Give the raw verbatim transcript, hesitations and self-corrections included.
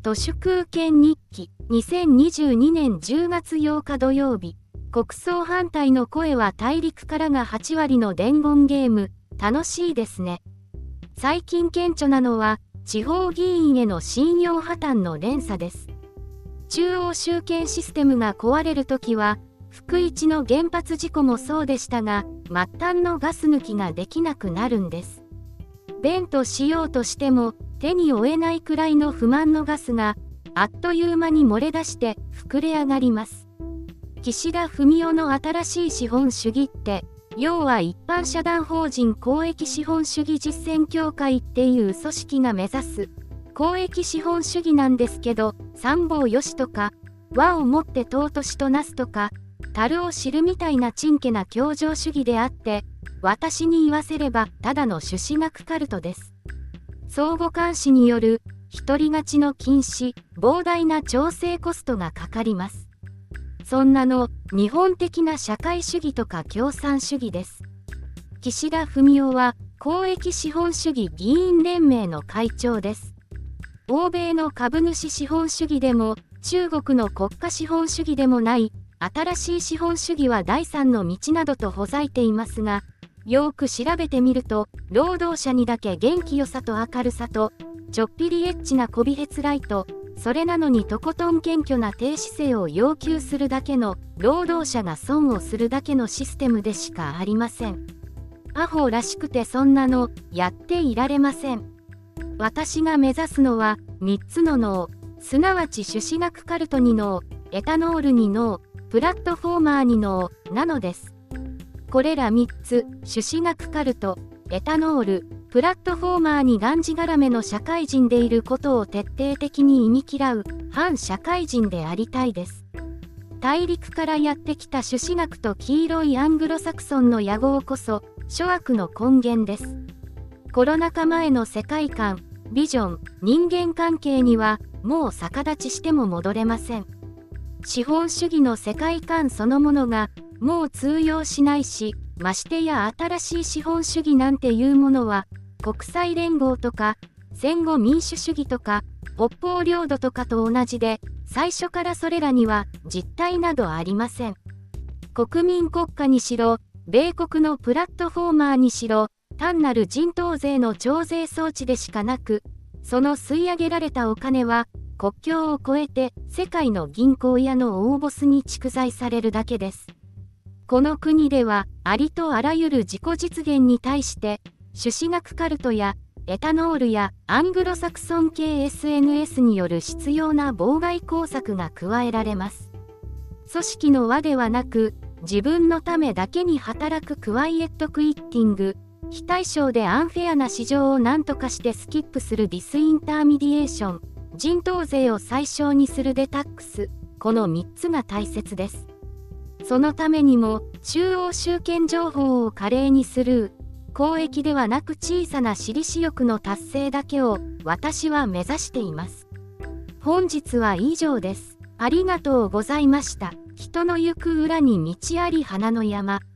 都市空権日記にせんにじゅうにねんじゅうがつようか土曜日。国葬反対の声は大陸からがはちわりの伝言ゲーム、楽しいですね。最近顕著なのは、地方議員への信用破綻の連鎖です。中央集権システムが壊れるときは、福一の原発事故もそうでしたが、末端のガス抜きができなくなるんです。弁としようとしても、手に負えないくらいの不満のガスが、あっという間に漏れ出して膨れ上がります。岸田文雄の新しい資本主義って、要は一般社団法人公益資本主義実践協会っていう組織が目指す公益資本主義なんですけど、三方よしとか、和をもって尊しとなすとか、樽を知るみたいなちんけな教条主義であって、私に言わせればただの朱子学カルトです。相互監視による一人勝ちの禁止、膨大な調整コストがかかります。そんなの日本的な社会主義とか共産主義です。岸田文雄は公益資本主義議員連盟の会長です。欧米の株主資本主義でも中国の国家資本主義でもない新しい資本主義は第三の道などとほざいていますが、よーく調べてみると、労働者にだけ元気よさと明るさと、ちょっぴりエッチなこびへつらいと、それなのにとことん謙虚な低姿勢を要求するだけの、労働者が損をするだけのシステムでしかありません。アホらしくてそんなの、やっていられません。私が目指すのは、みっつの脳、すなわち朱子学カルトに脳、エタノールに脳、プラットフォーマーに脳、なのです。これらみっつ、朱子学カルト、エタノール、プラットフォーマーにがんじがらめの社会人でいることを徹底的に忌み嫌う反社会人でありたいです。大陸からやってきた朱子学と黄色いアングロサクソンの野合こそ諸悪の根源です。コロナ禍前の世界観、ビジョン、人間関係にはもう逆立ちしても戻れません。資本主義の世界観そのものがもう通用しないし、ましてや新しい資本主義なんていうものは国際連合とか戦後民主主義とか北方領土とかと同じで、最初からそれらには実態などありません。国民国家にしろ、米国のプラットフォーマーにしろ、単なる人頭税の徴税装置でしかなく、その吸い上げられたお金は国境を越えて世界の銀行やの大ボスに蓄財されるだけです。この国ではありとあらゆる自己実現に対して朱子学カルトやエタノールやアングロサクソン系 エスエヌエス による執拗な妨害工作が加えられます。組織の輪ではなく自分のためだけに働くクワイエットクイッティング、非対称でアンフェアな市場を何とかしてスキップするディスインターミディエーション、人頭税を最小にするデタックス、このみっつが大切です。そのためにも中央集権情報を華麗にスルー、公益ではなく小さな私利私欲の達成だけを私は目指しています。本日は以上です。ありがとうございました。人の行く裏に道あり花の山。